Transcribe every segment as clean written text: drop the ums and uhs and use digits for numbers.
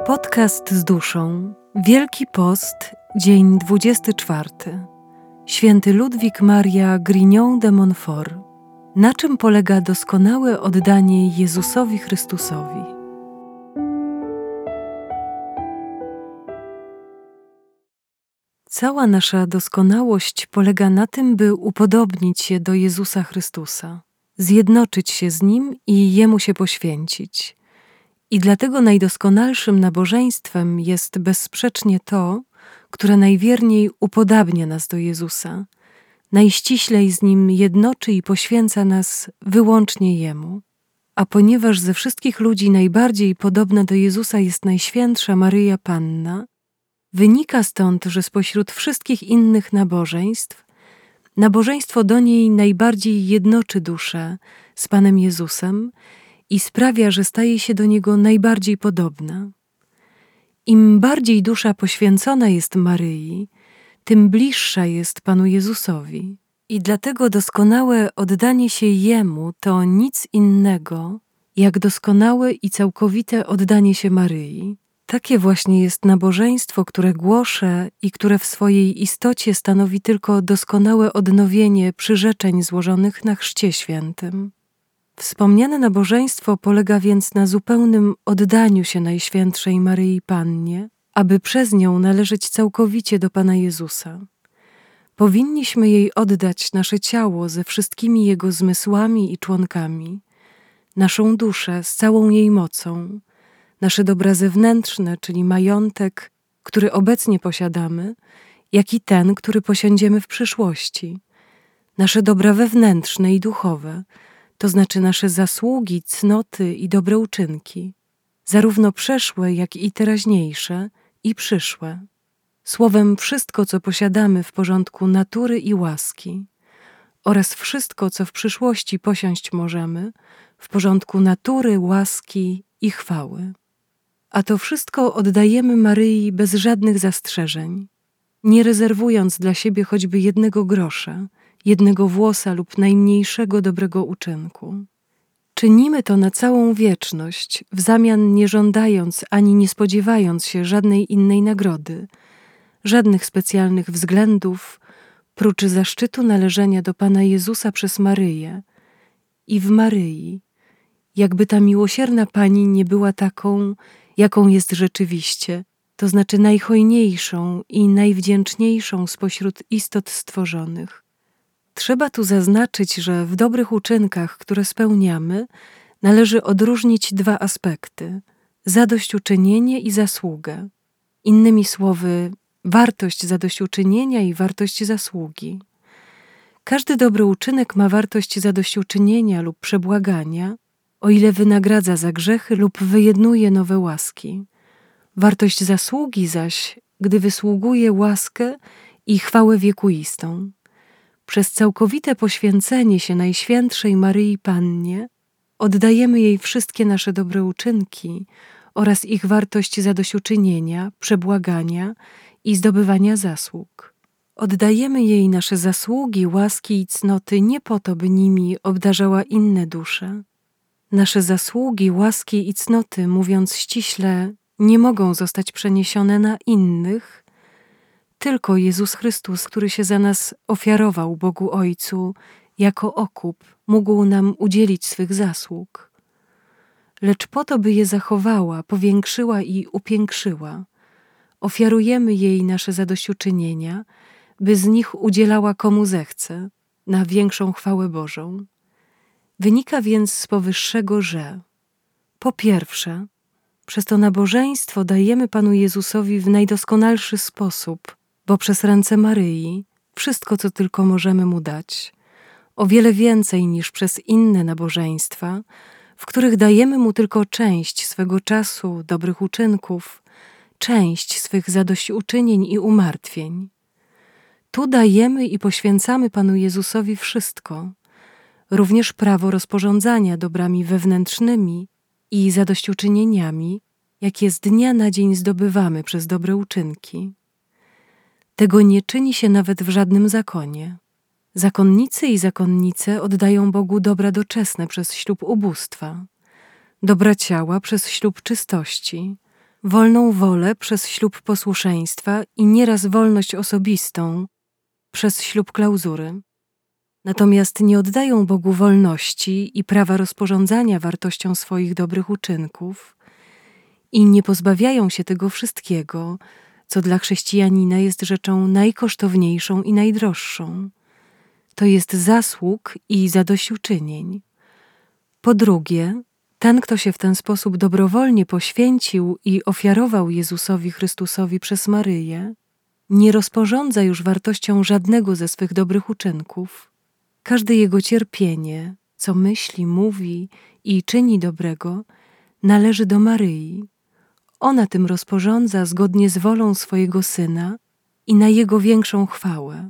Podcast z duszą. Wielki Post, dzień 24. Święty Ludwik Maria Grignon de Montfort. Na czym polega doskonałe oddanie Jezusowi Chrystusowi? Cała nasza doskonałość polega na tym, by upodobnić się do Jezusa Chrystusa, zjednoczyć się z Nim i Jemu się poświęcić. I dlatego najdoskonalszym nabożeństwem jest bezsprzecznie to, które najwierniej upodabnia nas do Jezusa, najściślej z Nim jednoczy i poświęca nas wyłącznie Jemu. A ponieważ ze wszystkich ludzi najbardziej podobna do Jezusa jest Najświętsza Maryja Panna, wynika stąd, że spośród wszystkich innych nabożeństw, nabożeństwo do niej najbardziej jednoczy duszę z Panem Jezusem i sprawia, że staje się do Niego najbardziej podobna. Im bardziej dusza poświęcona jest Maryi, tym bliższa jest Panu Jezusowi. I dlatego doskonałe oddanie się Jemu to nic innego, jak doskonałe i całkowite oddanie się Maryi. Takie właśnie jest nabożeństwo, które głoszę i które w swojej istocie stanowi tylko doskonałe odnowienie przyrzeczeń złożonych na Chrzcie Świętym. Wspomniane nabożeństwo polega więc na zupełnym oddaniu się Najświętszej Maryi Pannie, aby przez nią należeć całkowicie do Pana Jezusa. Powinniśmy jej oddać nasze ciało ze wszystkimi jego zmysłami i członkami, naszą duszę z całą jej mocą, nasze dobra zewnętrzne, czyli majątek, który obecnie posiadamy, jak i ten, który posiądziemy w przyszłości, nasze dobra wewnętrzne i duchowe, to znaczy nasze zasługi, cnoty i dobre uczynki, zarówno przeszłe, jak i teraźniejsze i przyszłe. Słowem wszystko, co posiadamy w porządku natury i łaski oraz wszystko, co w przyszłości posiąść możemy w porządku natury, łaski i chwały. A to wszystko oddajemy Maryi bez żadnych zastrzeżeń, nie rezerwując dla siebie choćby jednego grosza, jednego włosa lub najmniejszego dobrego uczynku. Czynimy to na całą wieczność, w zamian nie żądając ani nie spodziewając się żadnej innej nagrody, żadnych specjalnych względów, prócz zaszczytu należenia do Pana Jezusa przez Maryję i w Maryi, jakby ta miłosierna Pani nie była taką, jaką jest rzeczywiście, to znaczy najhojniejszą i najwdzięczniejszą spośród istot stworzonych. Trzeba tu zaznaczyć, że w dobrych uczynkach, które spełniamy, należy odróżnić dwa aspekty – zadośćuczynienie i zasługę. Innymi słowy, wartość zadośćuczynienia i wartość zasługi. Każdy dobry uczynek ma wartość zadośćuczynienia lub przebłagania, o ile wynagradza za grzechy lub wyjednuje nowe łaski. Wartość zasługi zaś, gdy wysługuje łaskę i chwałę wiekuistą. Przez całkowite poświęcenie się Najświętszej Maryi Pannie oddajemy jej wszystkie nasze dobre uczynki oraz ich wartość zadośćuczynienia, przebłagania i zdobywania zasług. Oddajemy jej nasze zasługi, łaski i cnoty nie po to, by nimi obdarzała inne dusze. Nasze zasługi, łaski i cnoty, mówiąc ściśle, nie mogą zostać przeniesione na innych, tylko Jezus Chrystus, który się za nas ofiarował Bogu Ojcu jako okup, mógł nam udzielić swych zasług. Lecz po to, by je zachowała, powiększyła i upiększyła, ofiarujemy jej nasze zadośćuczynienia, by z nich udzielała komu zechce, na większą chwałę Bożą. Wynika więc z powyższego, że po pierwsze, przez to nabożeństwo dajemy Panu Jezusowi w najdoskonalszy sposób, bo przez ręce Maryi, wszystko, co tylko możemy Mu dać, o wiele więcej niż przez inne nabożeństwa, w których dajemy Mu tylko część swego czasu, dobrych uczynków, część swych zadośćuczynień i umartwień. Tu dajemy i poświęcamy Panu Jezusowi wszystko, również prawo rozporządzania dobrami wewnętrznymi i zadośćuczynieniami, jakie z dnia na dzień zdobywamy przez dobre uczynki. Tego nie czyni się nawet w żadnym zakonie. Zakonnicy i zakonnice oddają Bogu dobra doczesne przez ślub ubóstwa, dobra ciała przez ślub czystości, wolną wolę przez ślub posłuszeństwa i nieraz wolność osobistą przez ślub klauzury. Natomiast nie oddają Bogu wolności i prawa rozporządzania wartością swoich dobrych uczynków i nie pozbawiają się tego wszystkiego, co dla chrześcijanina jest rzeczą najkosztowniejszą i najdroższą. To jest zasług i zadośćuczynień. Po drugie, ten, kto się w ten sposób dobrowolnie poświęcił i ofiarował Jezusowi Chrystusowi przez Maryję, nie rozporządza już wartością żadnego ze swych dobrych uczynków. Każde jego cierpienie, co myśli, mówi i czyni dobrego, należy do Maryi. Ona tym rozporządza zgodnie z wolą swojego Syna i na Jego większą chwałę.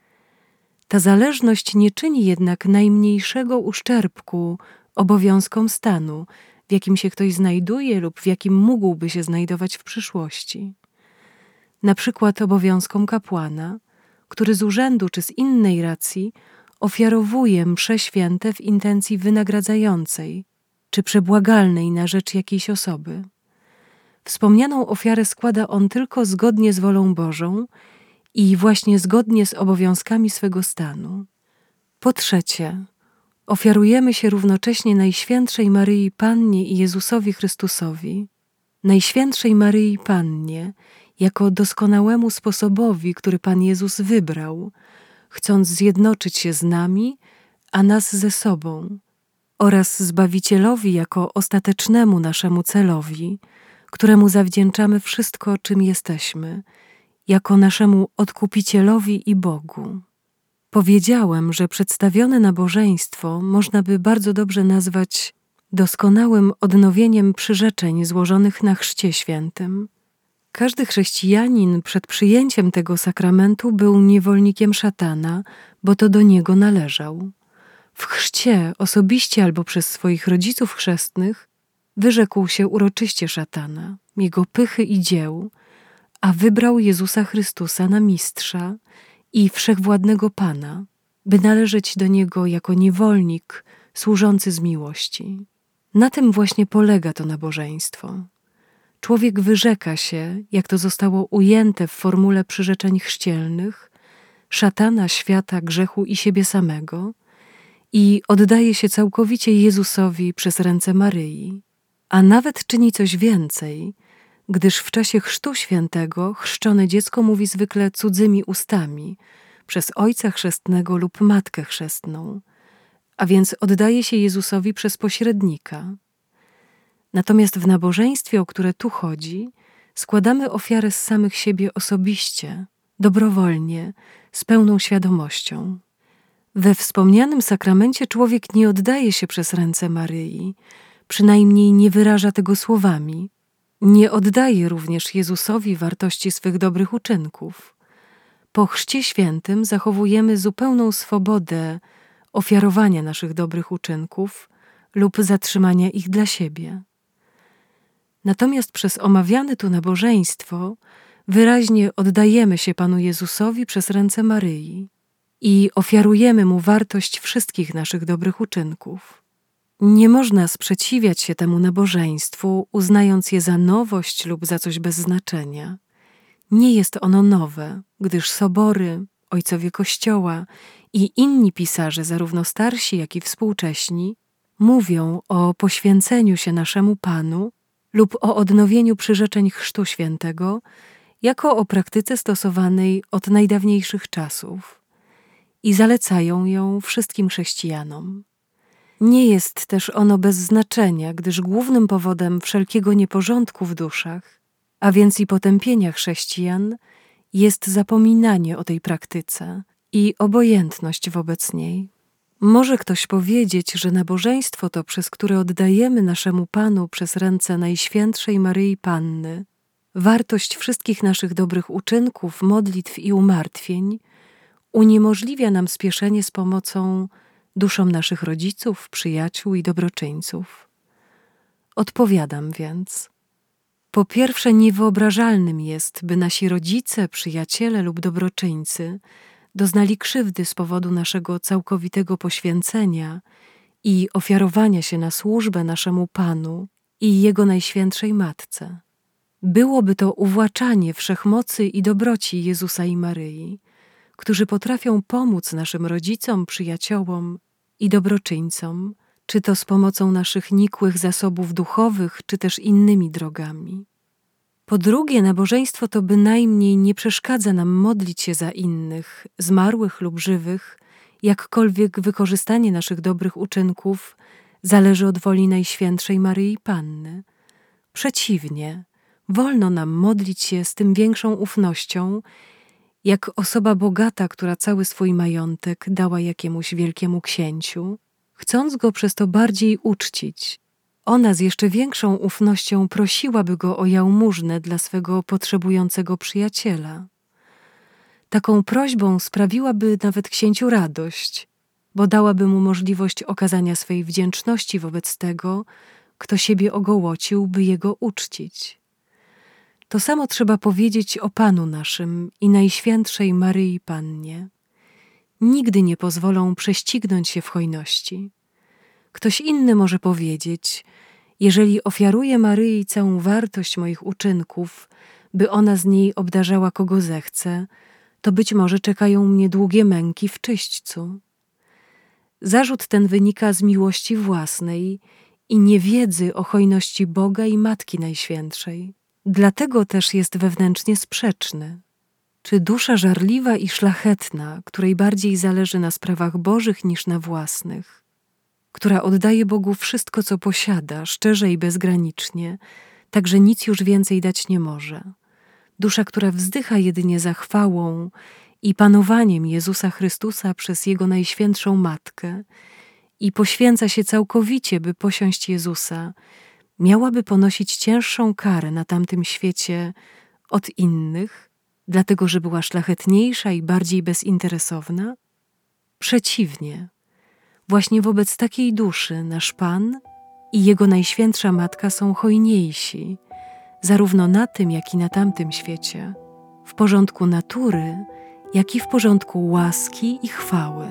Ta zależność nie czyni jednak najmniejszego uszczerbku obowiązkom stanu, w jakim się ktoś znajduje lub w jakim mógłby się znajdować w przyszłości. Na przykład obowiązkom kapłana, który z urzędu czy z innej racji ofiarowuje msze święte w intencji wynagradzającej czy przebłagalnej na rzecz jakiejś osoby. Wspomnianą ofiarę składa on tylko zgodnie z wolą Bożą i właśnie zgodnie z obowiązkami swego stanu. Po trzecie, ofiarujemy się równocześnie Najświętszej Maryi Pannie i Jezusowi Chrystusowi, Najświętszej Maryi Pannie, jako doskonałemu sposobowi, który Pan Jezus wybrał, chcąc zjednoczyć się z nami, a nas ze sobą, oraz Zbawicielowi jako ostatecznemu naszemu celowi, któremu zawdzięczamy wszystko, czym jesteśmy, jako naszemu Odkupicielowi i Bogu. Powiedziałem, że przedstawione nabożeństwo można by bardzo dobrze nazwać doskonałym odnowieniem przyrzeczeń złożonych na Chrzcie Świętym. Każdy chrześcijanin przed przyjęciem tego sakramentu był niewolnikiem szatana, bo to do niego należał. W chrzcie, osobiście albo przez swoich rodziców chrzestnych, wyrzekł się uroczyście szatana, jego pychy i dzieł, a wybrał Jezusa Chrystusa na mistrza i wszechwładnego Pana, by należeć do Niego jako niewolnik służący z miłości. Na tym właśnie polega to nabożeństwo. Człowiek wyrzeka się, jak to zostało ujęte w formule przyrzeczeń chrzcielnych, szatana, świata, grzechu i siebie samego i oddaje się całkowicie Jezusowi przez ręce Maryi. A nawet czyni coś więcej, gdyż w czasie Chrztu Świętego chrzczone dziecko mówi zwykle cudzymi ustami przez ojca chrzestnego lub matkę chrzestną, a więc oddaje się Jezusowi przez pośrednika. Natomiast w nabożeństwie, o które tu chodzi, składamy ofiarę z samych siebie osobiście, dobrowolnie, z pełną świadomością. We wspomnianym sakramencie człowiek nie oddaje się przez ręce Maryi, przynajmniej nie wyraża tego słowami. Nie oddaje również Jezusowi wartości swych dobrych uczynków. Po Chrzcie Świętym zachowujemy zupełną swobodę ofiarowania naszych dobrych uczynków lub zatrzymania ich dla siebie. Natomiast przez omawiane tu nabożeństwo wyraźnie oddajemy się Panu Jezusowi przez ręce Maryi i ofiarujemy Mu wartość wszystkich naszych dobrych uczynków. Nie można sprzeciwiać się temu nabożeństwu, uznając je za nowość lub za coś bez znaczenia. Nie jest ono nowe, gdyż sobory, ojcowie Kościoła i inni pisarze, zarówno starsi, jak i współcześni, mówią o poświęceniu się naszemu Panu lub o odnowieniu przyrzeczeń Chrztu Świętego jako o praktyce stosowanej od najdawniejszych czasów i zalecają ją wszystkim chrześcijanom. Nie jest też ono bez znaczenia, gdyż głównym powodem wszelkiego nieporządku w duszach, a więc i potępienia chrześcijan, jest zapominanie o tej praktyce i obojętność wobec niej. Może ktoś powiedzieć, że nabożeństwo to, przez które oddajemy naszemu Panu przez ręce Najświętszej Maryi Panny wartość wszystkich naszych dobrych uczynków, modlitw i umartwień, uniemożliwia nam spieszenie z pomocą duszom naszych rodziców, przyjaciół i dobroczyńców. Odpowiadam więc. Po pierwsze, niewyobrażalnym jest, by nasi rodzice, przyjaciele lub dobroczyńcy doznali krzywdy z powodu naszego całkowitego poświęcenia i ofiarowania się na służbę naszemu Panu i Jego Najświętszej Matce. Byłoby to uwłaczanie wszechmocy i dobroci Jezusa i Maryi, którzy potrafią pomóc naszym rodzicom, przyjaciołom i dobroczyńcom, czy to z pomocą naszych nikłych zasobów duchowych, czy też innymi drogami. Po drugie, nabożeństwo to bynajmniej nie przeszkadza nam modlić się za innych, zmarłych lub żywych, jakkolwiek wykorzystanie naszych dobrych uczynków zależy od woli Najświętszej Maryi Panny. Przeciwnie, wolno nam modlić się z tym większą ufnością, jak osoba bogata, która cały swój majątek dała jakiemuś wielkiemu księciu, chcąc go przez to bardziej uczcić. Ona z jeszcze większą ufnością prosiłaby go o jałmużnę dla swego potrzebującego przyjaciela. Taką prośbą sprawiłaby nawet księciu radość, bo dałaby mu możliwość okazania swej wdzięczności wobec tego, kto siebie ogołocił, by jego uczcić. To samo trzeba powiedzieć o Panu naszym i Najświętszej Maryi Pannie. Nigdy nie pozwolą prześcignąć się w hojności. Ktoś inny może powiedzieć: jeżeli ofiaruję Maryi całą wartość moich uczynków, by ona z niej obdarzała kogo zechce, to być może czekają mnie długie męki w czyśćcu. Zarzut ten wynika z miłości własnej i niewiedzy o hojności Boga i Matki Najświętszej. Dlatego też jest wewnętrznie sprzeczny. Czy dusza żarliwa i szlachetna, której bardziej zależy na sprawach Bożych niż na własnych, która oddaje Bogu wszystko, co posiada, szczerze i bezgranicznie, tak że nic już więcej dać nie może, dusza, która wzdycha jedynie za chwałą i panowaniem Jezusa Chrystusa przez Jego Najświętszą Matkę i poświęca się całkowicie, by posiąść Jezusa, miałaby ponosić cięższą karę na tamtym świecie od innych, dlatego że była szlachetniejsza i bardziej bezinteresowna? Przeciwnie, właśnie wobec takiej duszy nasz Pan i Jego Najświętsza Matka są hojniejsi, zarówno na tym, jak i na tamtym świecie, w porządku natury, jak i w porządku łaski i chwały.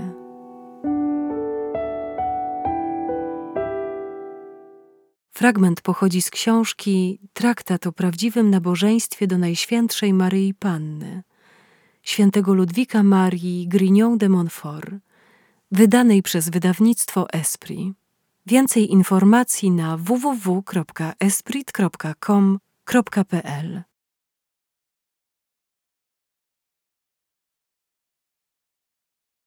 Fragment pochodzi z książki Traktat o prawdziwym nabożeństwie do Najświętszej Maryi Panny, świętego Ludwika Marii Grignon de Montfort, wydanej przez wydawnictwo Esprit. Więcej informacji na www.esprit.com.pl